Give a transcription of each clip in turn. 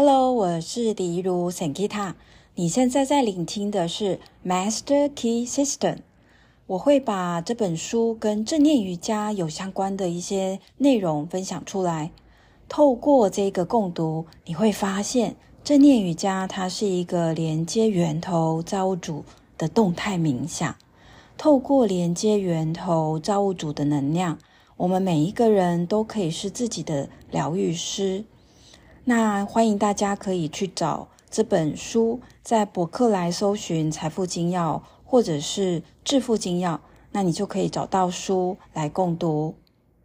Hello， 我是李如 Sankita。你现在在聆听的是 Master Key System。我会把这本书跟正念瑜伽有相关的一些内容分享出来。透过这个共读，你会发现正念瑜伽它是一个连接源头造物主的动态冥想。透过连接源头造物主的能量，我们每一个人都可以是自己的疗愈师。那欢迎大家可以去找这本书，在博客来搜寻财富精要或者是致富精要，那你就可以找到书来共读。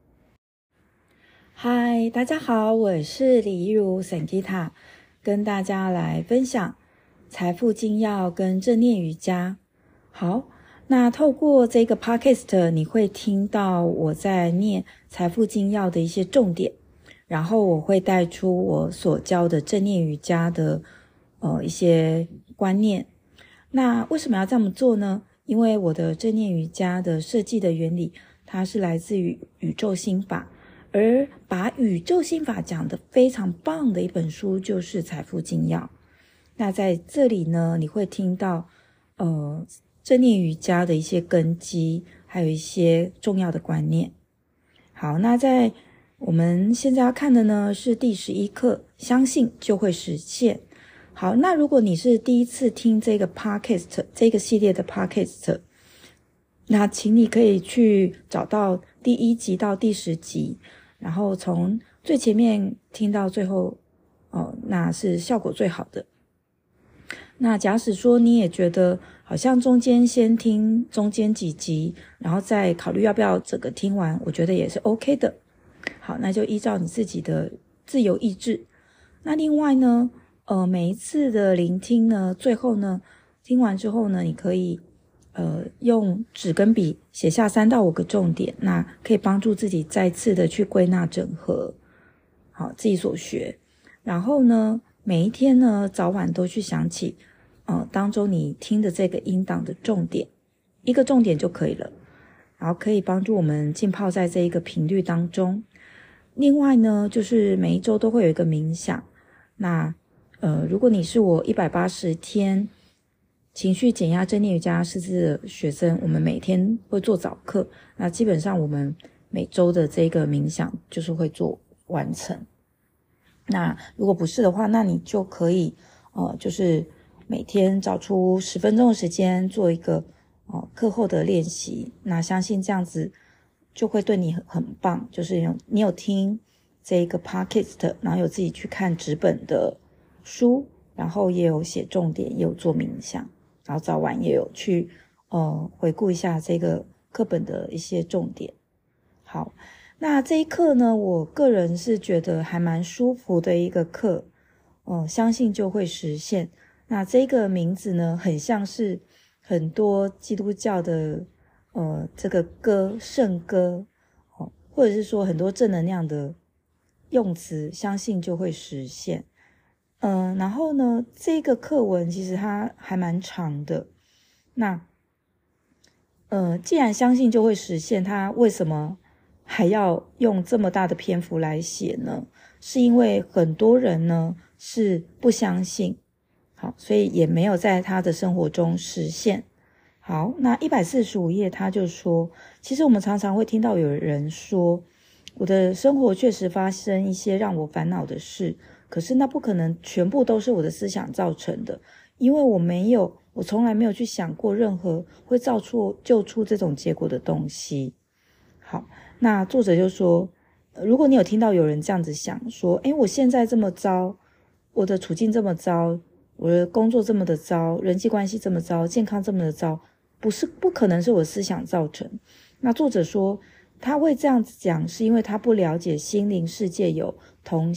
嗨，大家好，我是李一如 Sankita， 跟大家来分享财富精要跟正念瑜伽。好，那透过这个 podcast 你会听到我在念财富精要的一些重点，然后我会带出我所教的正念瑜伽的一些观念。那为什么要这么做呢？因为我的正念瑜伽的设计的原理，它是来自于宇宙心法，而把宇宙心法讲得非常棒的一本书就是财富精要。那在这里呢，你会听到正念瑜伽的一些根基，还有一些重要的观念。好，那在我们现在要看的呢是第11课，相信就会实现。好，那如果你是第一次听这个 podcast 这个系列的 podcast， 那请你可以去找到第1集到第10集，然后从最前面听到最后那是效果最好的。那假使说你也觉得好像中间先听中间几集，然后再考虑要不要整个听完，我觉得也是 OK 的。好，那就依照你自己的自由意志。那另外呢每一次的聆听呢，最后呢听完之后呢，你可以用纸跟笔写下3到5个重点，那可以帮助自己再次的去归纳整合好自己所学。然后呢每一天呢早晚都去想起当中你听的这个音档的重点，一个重点就可以了，然后可以帮助我们浸泡在这一个频率当中。另外呢就是每一周都会有一个冥想，那如果你是我180天情绪减压正念瑜伽师资的学生，我们每天会做早课，那基本上我们每周的这个冥想就是会做完成。那如果不是的话，那你就可以就是每天找出10分钟的时间做一个课后的练习，那相信这样子就会对你很棒，就是你有听这个 podcast， 然后有自己去看纸本的书，然后也有写重点，也有做冥想，然后早晚也有去回顾一下这个课本的一些重点。好，那这一课呢，我个人是觉得还蛮舒服的一个课，相信就会实现。那这个名字呢，很像是很多基督教的这个歌圣歌或者是说很多正能量的用词，相信就会实现。然后呢这个课文其实它还蛮长的，那既然相信就会实现，它为什么还要用这么大的篇幅来写呢？是因为很多人呢是不相信，好，所以也没有在他的生活中实现。好，那145页他就说，其实我们常常会听到有人说，我的生活确实发生一些让我烦恼的事，可是那不可能全部都是我的思想造成的，因为我从来没有去想过任何会就出这种结果的东西。好，那作者就说，如果你有听到有人这样子想说，我现在这么糟，我的处境这么糟，我的工作这么的糟，人际关系这么糟，健康这么的糟，不可能是我思想造成。那作者说他会这样子讲，是因为他不了解心灵世界有同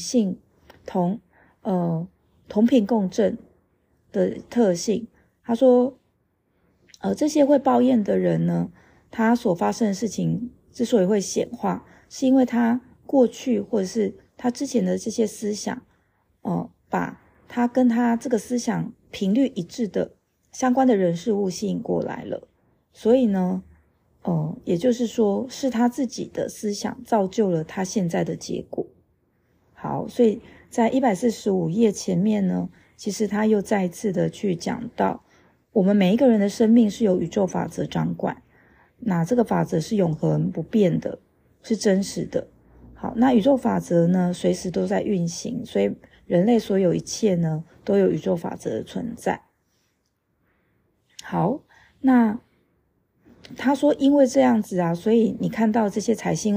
频共振的特性。他说这些会抱怨的人呢，他所发生的事情之所以会显化，是因为他过去或者是他之前的这些思想把他跟他这个思想频率一致的相关的人事物吸引过来了。所以呢也就是说是他自己的思想造就了他现在的结果。好，所以在145页前面呢，其实他又再一次的去讲到，我们每一个人的生命是由宇宙法则掌管，那这个法则是永恒不变的，是真实的。好，那宇宙法则呢，随时都在运行，所以人类所有一切呢，都有宇宙法则的存在。好，那他说因为这样子啊，所以你看到这些财星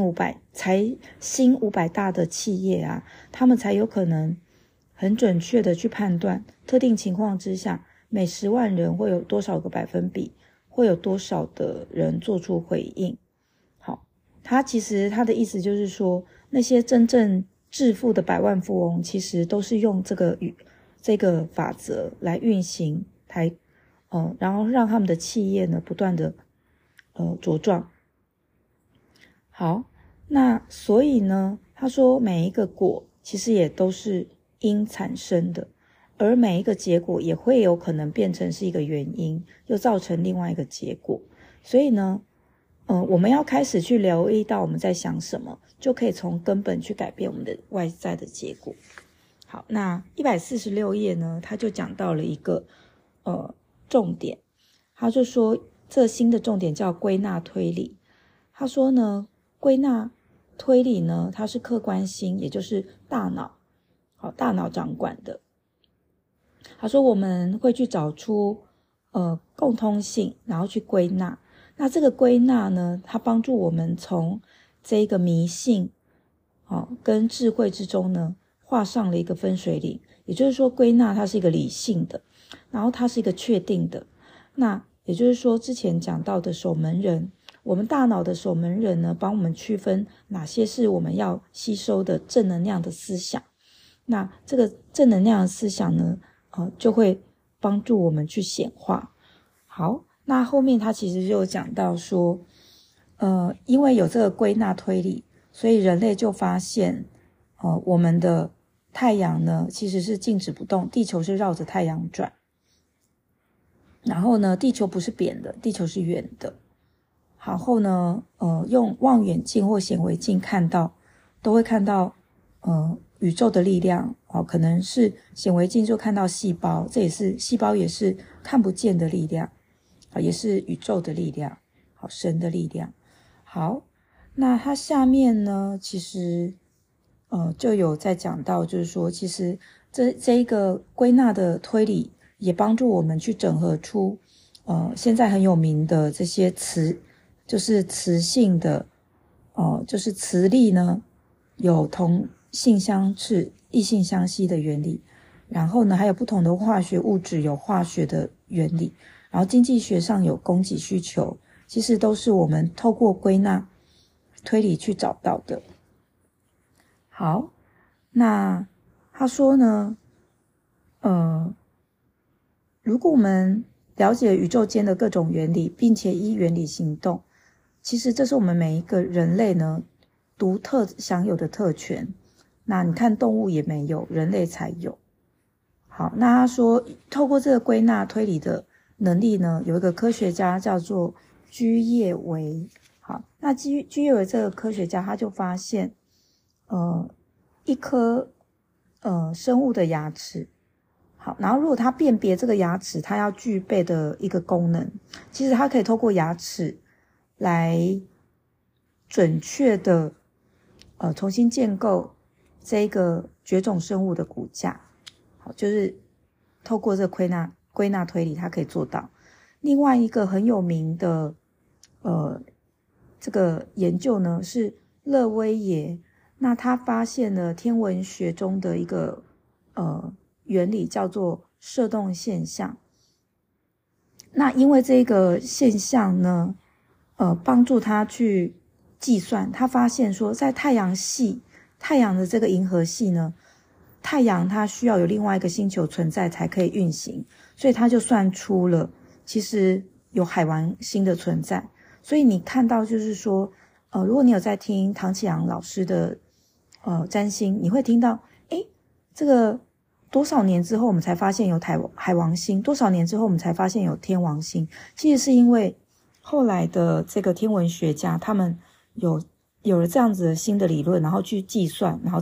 500大的企业啊，他们才有可能很准确的去判断特定情况之下，每10万人会有多少个百分比，会有多少的人做出回应。好，其实他的意思就是说，那些真正致富的百万富翁，其实都是用这个法则来运行，然后让他们的企业呢不断的茁壮。好，那所以呢，他说每一个果其实也都是因产生的，而每一个结果也会有可能变成是一个原因，又造成另外一个结果。所以呢，我们要开始去留意到我们在想什么，就可以从根本去改变我们的外在的结果。好，那146页呢，他就讲到了一个重点，他就说这新的重点叫归纳推理。他说呢，归纳推理呢，它是客观心，也就是大脑掌管的。他说我们会去找出共通性，然后去归纳。那这个归纳呢，它帮助我们从这个迷信跟智慧之中呢，画上了一个分水岭。也就是说，归纳它是一个理性的，然后它是一个确定的。那也就是说，之前讲到的守门人，我们大脑的守门人呢，帮我们区分哪些是我们要吸收的正能量的思想。那这个正能量的思想呢，就会帮助我们去显化。好，那后面他其实就讲到说，因为有这个归纳推理，所以人类就发现，我们的太阳呢其实是静止不动，地球是绕着太阳转。然后呢，地球不是扁的，地球是圆的。然后呢，用望远镜或显微镜看到，都会看到宇宙的力量。可能是显微镜就看到细胞，细胞也是看不见的力量，也是宇宙的力量，神的力量。好，那它下面呢，其实就有在讲到，就是说，其实这一个归纳的推理也帮助我们去整合出现在很有名的这些就是磁性的就是磁力呢有同性相斥、异性相吸的原理，然后呢还有不同的化学物质有化学的原理，然后经济学上有供给需求，其实都是我们透过归纳推理去找到的。好，那他说呢如果我们了解宇宙间的各种原理，并且依原理行动，其实这是我们每一个人类呢独特享有的特权。那你看动物也没有，人类才有。好，那他说透过这个归纳推理的能力呢，有一个科学家叫做居叶维。好，那居叶维这个科学家他就发现一颗生物的牙齿。好，然后如果他辨别这个牙齿它要具备的一个功能，其实它可以透过牙齿来准确的重新建构这个绝种生物的骨架。好，就是透过这个归纳推理它可以做到。另外一个很有名的这个研究呢是勒威耶，那他发现了天文学中的一个原理叫做射动现象。那因为这个现象呢帮助他去计算，他发现说在太阳的这个银河系呢，太阳它需要有另外一个星球存在才可以运行，所以他就算出了其实有海王星的存在。所以你看到就是说如果你有在听唐启阳老师的占星，你会听到这个多少年之后我们才发现有海王星，多少年之后我们才发现有天王星。其实是因为后来的这个天文学家他们有了这样子的新的理论，然后去计算，然后才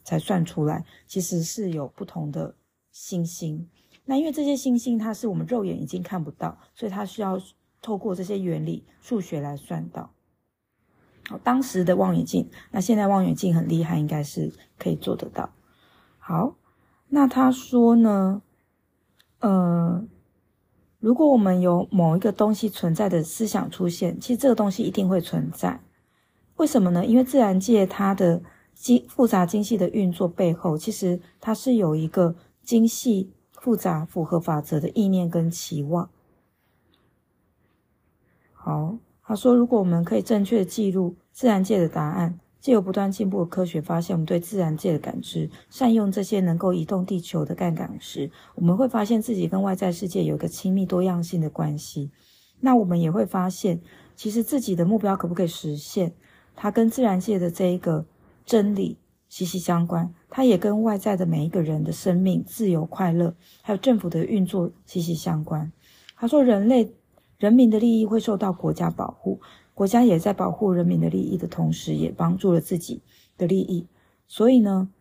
才算出来，其实是有不同的星星。那因为这些星星它是我们肉眼已经看不到，所以它需要透过这些原理数学来算到。好，当时的望远镜，那现在望远镜很厉害，应该是可以做得到。好，那他说呢如果我们有某一个东西存在的思想出现，其实这个东西一定会存在。为什么呢？因为自然界它的复杂精细的运作背后，其实它是有一个精细复杂符合法则的意念跟期望。好，他说如果我们可以正确记录自然界的答案，藉由不断进步的科学发现我们对自然界的感知，善用这些能够移动地球的杠杆时，我们会发现自己跟外在世界有一个亲密多样性的关系。那我们也会发现其实自己的目标可不可以实现，它跟自然界的这一个真理息息相关，它也跟外在的每一个人的生命、自由、快乐还有政府的运作息息相关。他说人民的利益会受到国家保护，国家也在保护人民的利益的同时，也帮助了自己的利益。所以呢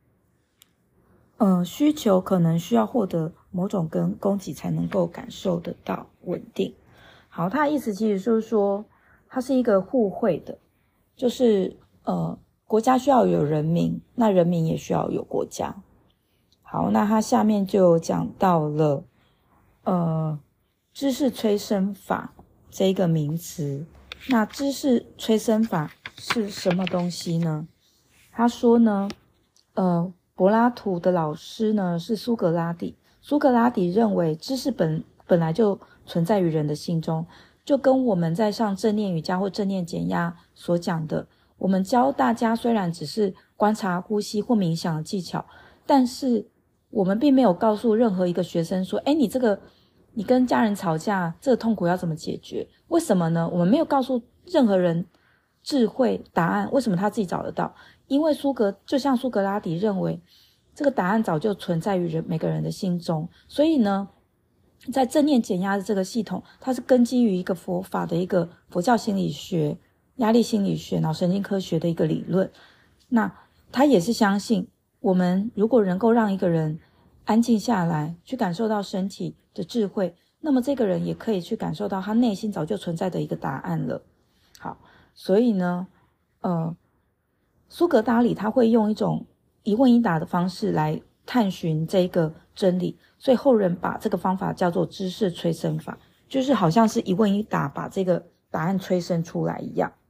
需求可能需要获得某种跟供给才能够感受得到稳定。好，他的意思其实就是说它是一个互惠的，就是国家需要有人民，那人民也需要有国家。好，那他下面就讲到了知识催生法这一个名词。那知识催生法是什么东西呢？他说呢柏拉图的老师呢是苏格拉底。苏格拉底认为知识本来就存在于人的心中，就跟我们在上正念瑜伽或正念减压所讲的，我们教大家虽然只是观察呼吸或冥想的技巧，但是我们并没有告诉任何一个学生说你跟家人吵架，这个痛苦要怎么解决？为什么呢？我们没有告诉任何人智慧答案，为什么他自己找得到？因为就像苏格拉底认为这个答案早就存在于每个人的心中，所以呢在正念减压的这个系统，它是根基于一个佛法的一个佛教心理学、压力心理学、脑神经科学的一个理论。那他也是相信我们如果能够让一个人安静下来，去感受到身体的智慧，那么这个人也可以去感受到他内心早就存在的一个答案了。好，所以呢苏格拉底他会用一种一问一答的方式来探寻这个真理，所以后人把这个方法叫做知识催生法，就是好像是一问一答把这个答案催生出来一样。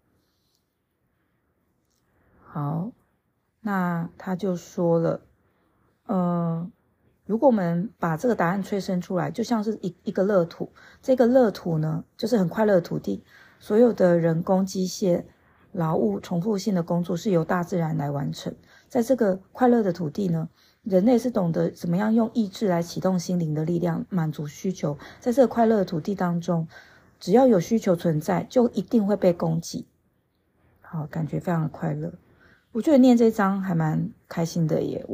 好，那他就说了如果我们把这个答案催生出来，就像是一个乐土，这个乐土呢就是很快乐的土地，所有的人工机械劳务重复性的工作是由大自然来完成。在这个快乐的土地呢，人类是懂得怎么样用意志来启动心灵的力量，满足需求。在这个快乐的土地当中，只要有需求存在，就一定会被供给。好，感觉非常的快乐。我觉得念这章还蛮开心的耶，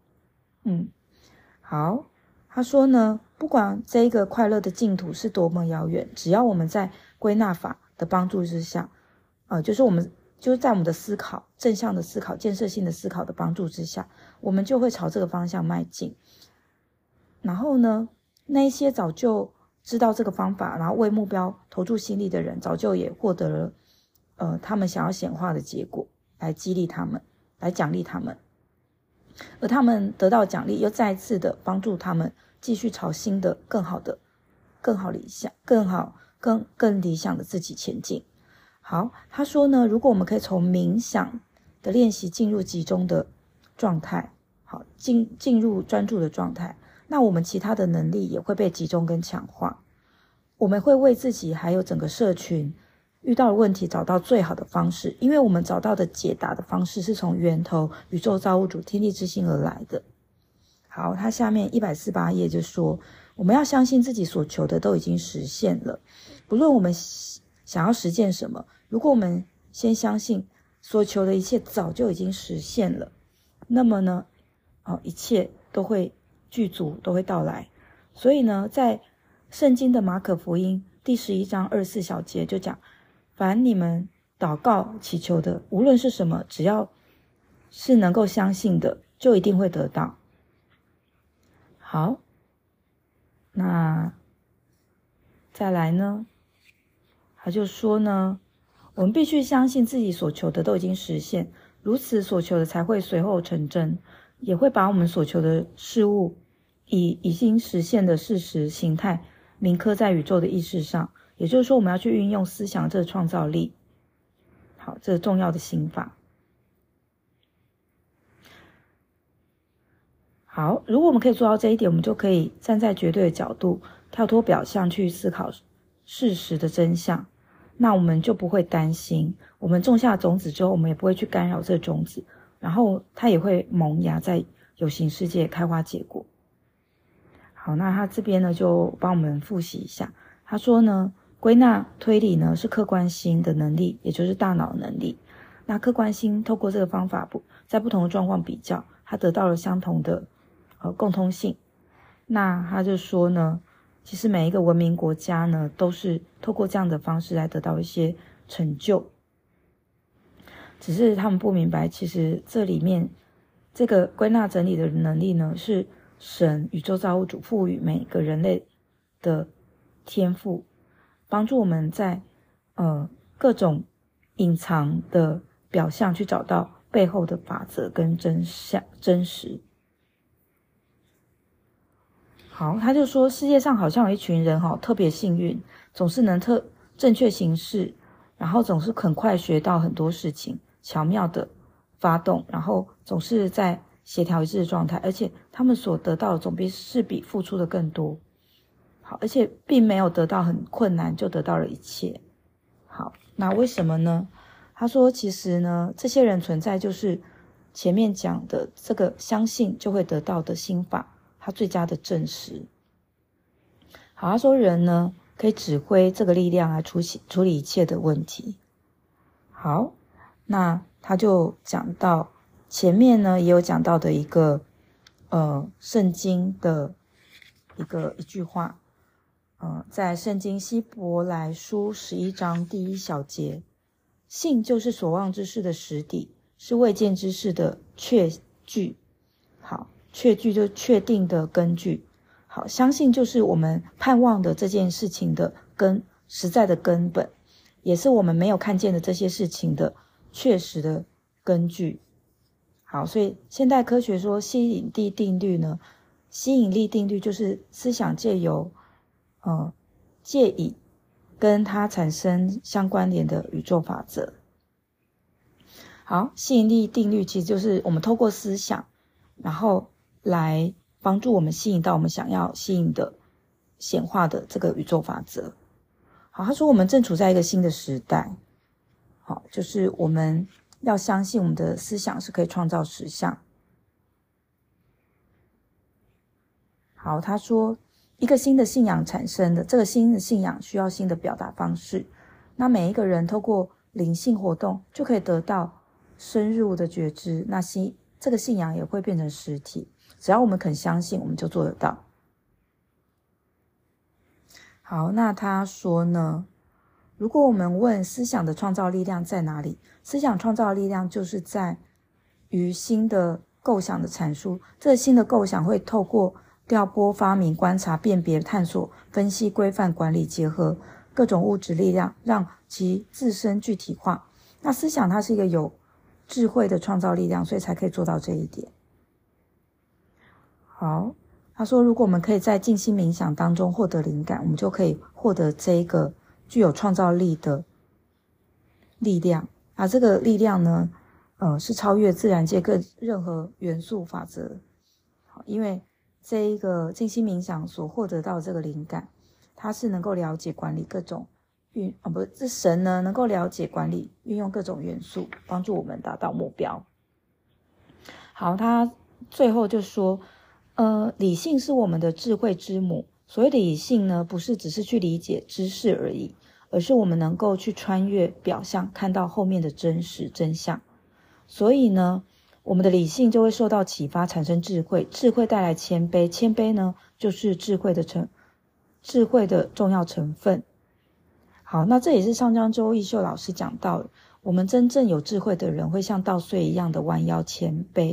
好，他说呢，不管这个快乐的净土是多么遥远，只要我们在归纳法的帮助之下，就是在我们的思考，正向的思考、建设性的思考的帮助之下，我们就会朝这个方向迈进。然后呢，那些早就知道这个方法，然后为目标投注心力的人，早就也获得了他们想要显化的结果，来激励他们，来奖励他们。而他们得到奖励，又再一次的帮助他们继续朝新的、更好理想、更理想的自己前进。好，他说呢，如果我们可以从冥想的练习进入集中的状态，好，进入专注的状态，那我们其他的能力也会被集中跟强化。我们会为自己还有整个社群遇到的问题找到最好的方式，因为我们找到的解答的方式是从源头宇宙造物主天地之心而来的。好，他下面148页就说，我们要相信自己所求的都已经实现了，不论我们想要实践什么，如果我们先相信所求的一切早就已经实现了，那么呢一切都会具足，都会到来。所以呢，在圣经的马可福音第11章24小节就讲，凡你们祷告祈求的，无论是什么，只要是能够相信的， 就一定会得到。好，那再来呢，他就说呢，我们必须相信自己所求的都已经实现，如此所求的才会随后成真，也会把我们所求的事物以已经实现的事实形态铭刻在宇宙的意识上。也就是说，我们要去运用思想这个创造力。好，这是重要的心法。好，如果我们可以做到这一点，我们就可以站在绝对的角度，跳脱表象去思考事实的真相。那我们就不会担心，我们种下种子之后，我们也不会去干扰这个种子，然后它也会萌芽在有形世界开花结果。好，那他这边呢就帮我们复习一下。他说呢，归纳推理呢是客观心的能力，也就是大脑能力。那客观心透过这个方法在不同的状况比较，它得到了相同的共通性。那他就说呢，其实每一个文明国家呢都是透过这样的方式来得到一些成就，只是他们不明白，其实这里面这个归纳整理的能力呢，是神宇宙造物主赋予每个人类的天赋，帮助我们在各种隐藏的表象去找到背后的法则跟真实。好，他就说世界上好像有一群人特别幸运，总是能正确行事，然后总是很快学到很多事情，巧妙的发动，然后总是在协调一致的状态，而且他们所得到的总是比付出的更多。好，而且并没有得到很困难就得到了一切。好，那为什么呢？他说其实呢，这些人存在就是前面讲的这个相信就会得到的心法，它最佳的证实。好，他说人呢可以指挥这个力量来处理一切的问题。好，那他就讲到前面呢也有讲到的一个圣经的一句话，在圣经希伯来书11章第1小节，信就是所望之事的实底，是未见之事的确据。好，确据就是确定的根据。好，相信就是我们盼望的这件事情的实在的根本，也是我们没有看见的这些事情的确实的根据。好，所以现代科学说吸引力定律呢，吸引力定律就是思想借由借以跟它产生相关联的宇宙法则。好，吸引力定律其实就是我们透过思想，然后来帮助我们吸引到我们想要吸引的显化的这个宇宙法则。好，他说我们正处在一个新的时代。好，就是我们要相信我们的思想是可以创造实相。好，他说一个新的信仰产生的，这个新的信仰需要新的表达方式。那每一个人透过灵性活动就可以得到深入的觉知，那这个信仰也会变成实体。只要我们肯相信，我们就做得到。好，那他说呢，如果我们问思想的创造力量在哪里，思想创造力量就是在于新的构想的阐述。这个新的构想会透过调拨、发明、观察、辨别、探索、分析、规范、管理，结合各种物质力量，让其自身具体化。那思想它是一个有智慧的创造力量，所以才可以做到这一点。好，他说如果我们可以在静心冥想当中获得灵感，我们就可以获得这一个具有创造力的力量。这个力量呢是超越自然界任何元素法则。好，因为这一个静心冥想所获得到的这个灵感，它是能够了解管理各种这神呢能够了解管理运用各种元素，帮助我们达到目标。好，他最后就说理性是我们的智慧之母。所谓的理性呢，不是只是去理解知识而已，而是我们能够去穿越表象，看到后面的真实真相。所以呢，我们的理性就会受到启发，产生智慧，智慧带来谦卑，谦卑呢就是智慧的重要成分。好，那这也是上章周义秀老师讲到的，我们真正有智慧的人会像稻穗一样的弯腰谦卑，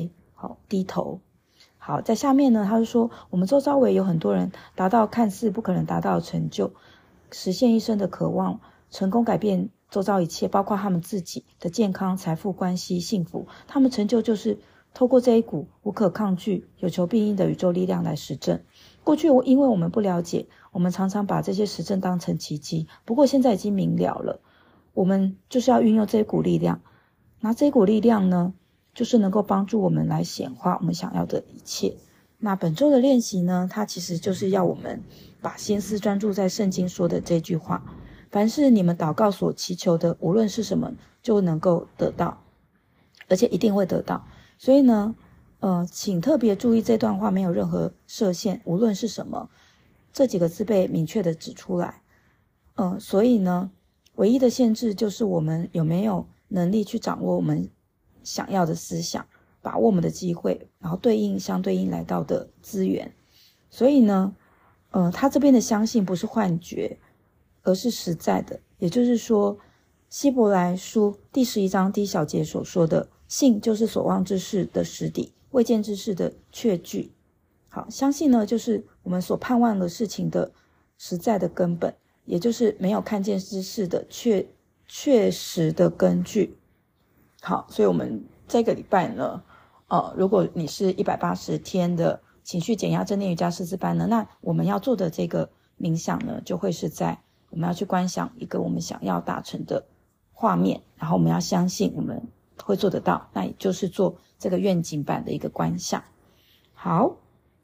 好，低头。好，在下面呢，他就说我们周遭围有很多人达到看似不可能达到的成就，实现一生的渴望，成功改变周遭一切，包括他们自己的健康、财富、关系、幸福。他们成就就是透过这一股无可抗拒、有求必应的宇宙力量来实证。过去因为我们不了解，我们常常把这些实证当成奇迹，不过现在已经明了了，我们就是要运用这一股力量。那这一股力量呢，就是能够帮助我们来显化我们想要的一切。那本周的练习呢，它其实就是要我们把心思专注在圣经说的这句话，凡是你们祷告所祈求的，无论是什么，就能够得到，而且一定会得到。所以呢请特别注意这段话没有任何设限，无论是什么，这几个字被明确的指出来。所以呢，唯一的限制就是我们有没有能力去掌握我们想要的思想，把握我们的机会，然后相对应来到的资源。所以呢他这边的相信不是幻觉，而是实在的。也就是说，希伯来书第11章第1小节所说的，信就是所望之事的实底，未见之事的确据。好，相信呢，就是我们所盼望的事情的实在的根本，也就是没有看见之事的确实的根据。好，所以我们这个礼拜呢如果你是180天的情绪减压正念瑜伽师资班呢，那我们要做的这个冥想呢，就会是在我们要去观想一个我们想要达成的画面，然后我们要相信我们会做得到，那也就是做这个愿景版的一个观想。好，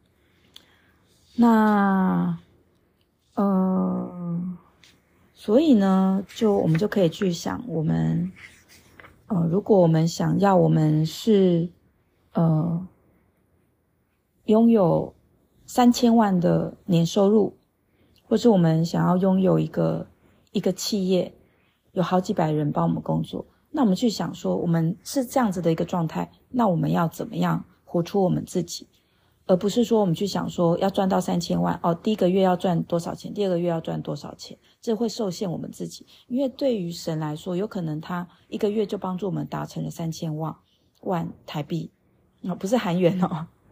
那所以呢，我们就可以去想，我们如果我们想要我们是拥有3000万的年收入，或是我们想要拥有一个企业，有好几百人帮我们工作，那我们去想说，我们是这样子的一个状态，那我们要怎么样活出我们自己，而不是说我们去想说要赚到3000万第一个月要赚多少钱，第二个月要赚多少钱，这会受限我们自己。因为对于神来说，有可能他一个月就帮助我们达成了3000万台币不是韩元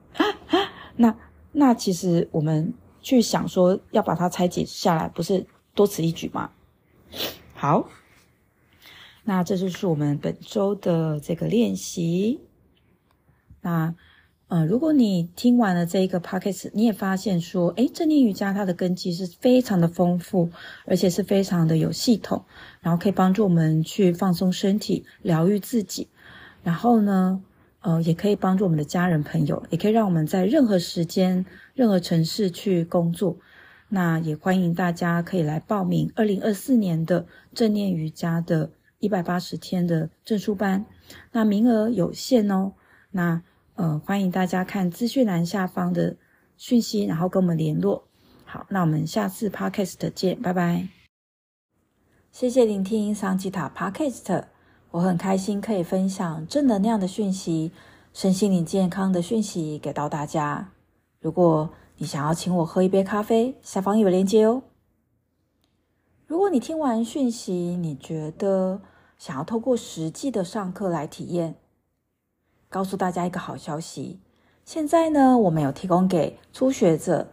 那其实我们去想说要把它拆解下来，不是多此一举吗？好，那这就是我们本周的这个练习。那如果你听完了这一个 podcast， 你也发现说正念瑜伽它的根基是非常的丰富，而且是非常的有系统，然后可以帮助我们去放松身体，疗愈自己，然后呢也可以帮助我们的家人朋友，也可以让我们在任何时间任何城市去工作。那也欢迎大家可以来报名2024年的正念瑜伽的180天的证书班，那名额有限哦。那欢迎大家看资讯栏下方的讯息，然后跟我们联络。好，那我们下次 podcast 见，拜拜。谢谢聆听桑吉塔 podcast， 我很开心可以分享正能量的讯息，身心灵健康的讯息给到大家。如果你想要请我喝一杯咖啡，下方有链接哦。如果你听完讯息，你觉得想要透过实际的上课来体验，告诉大家一个好消息，现在呢，我们有提供给初学者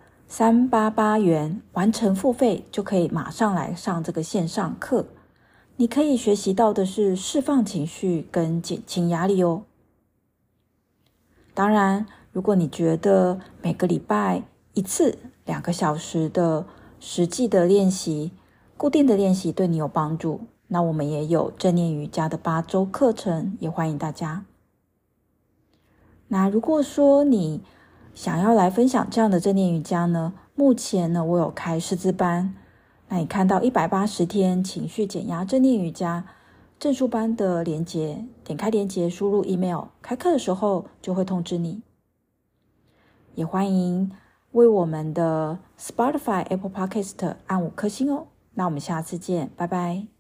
388元，完成付费就可以马上来上这个线上课。你可以学习到的是释放情绪跟减轻压力哦。当然，如果你觉得每个礼拜1次2个小时的实际的练习，固定的练习对你有帮助，那我们也有正念瑜伽的8周课程，也欢迎大家。那如果说你想要来分享这样的正念瑜伽呢，目前呢我有开师资班，那你看到180天情绪减压正念瑜伽证书班的连结，点开连结输入 email， 开课的时候就会通知你。也欢迎为我们的 Spotify、Apple Podcast 按5颗星哦。那我们下次见，拜拜。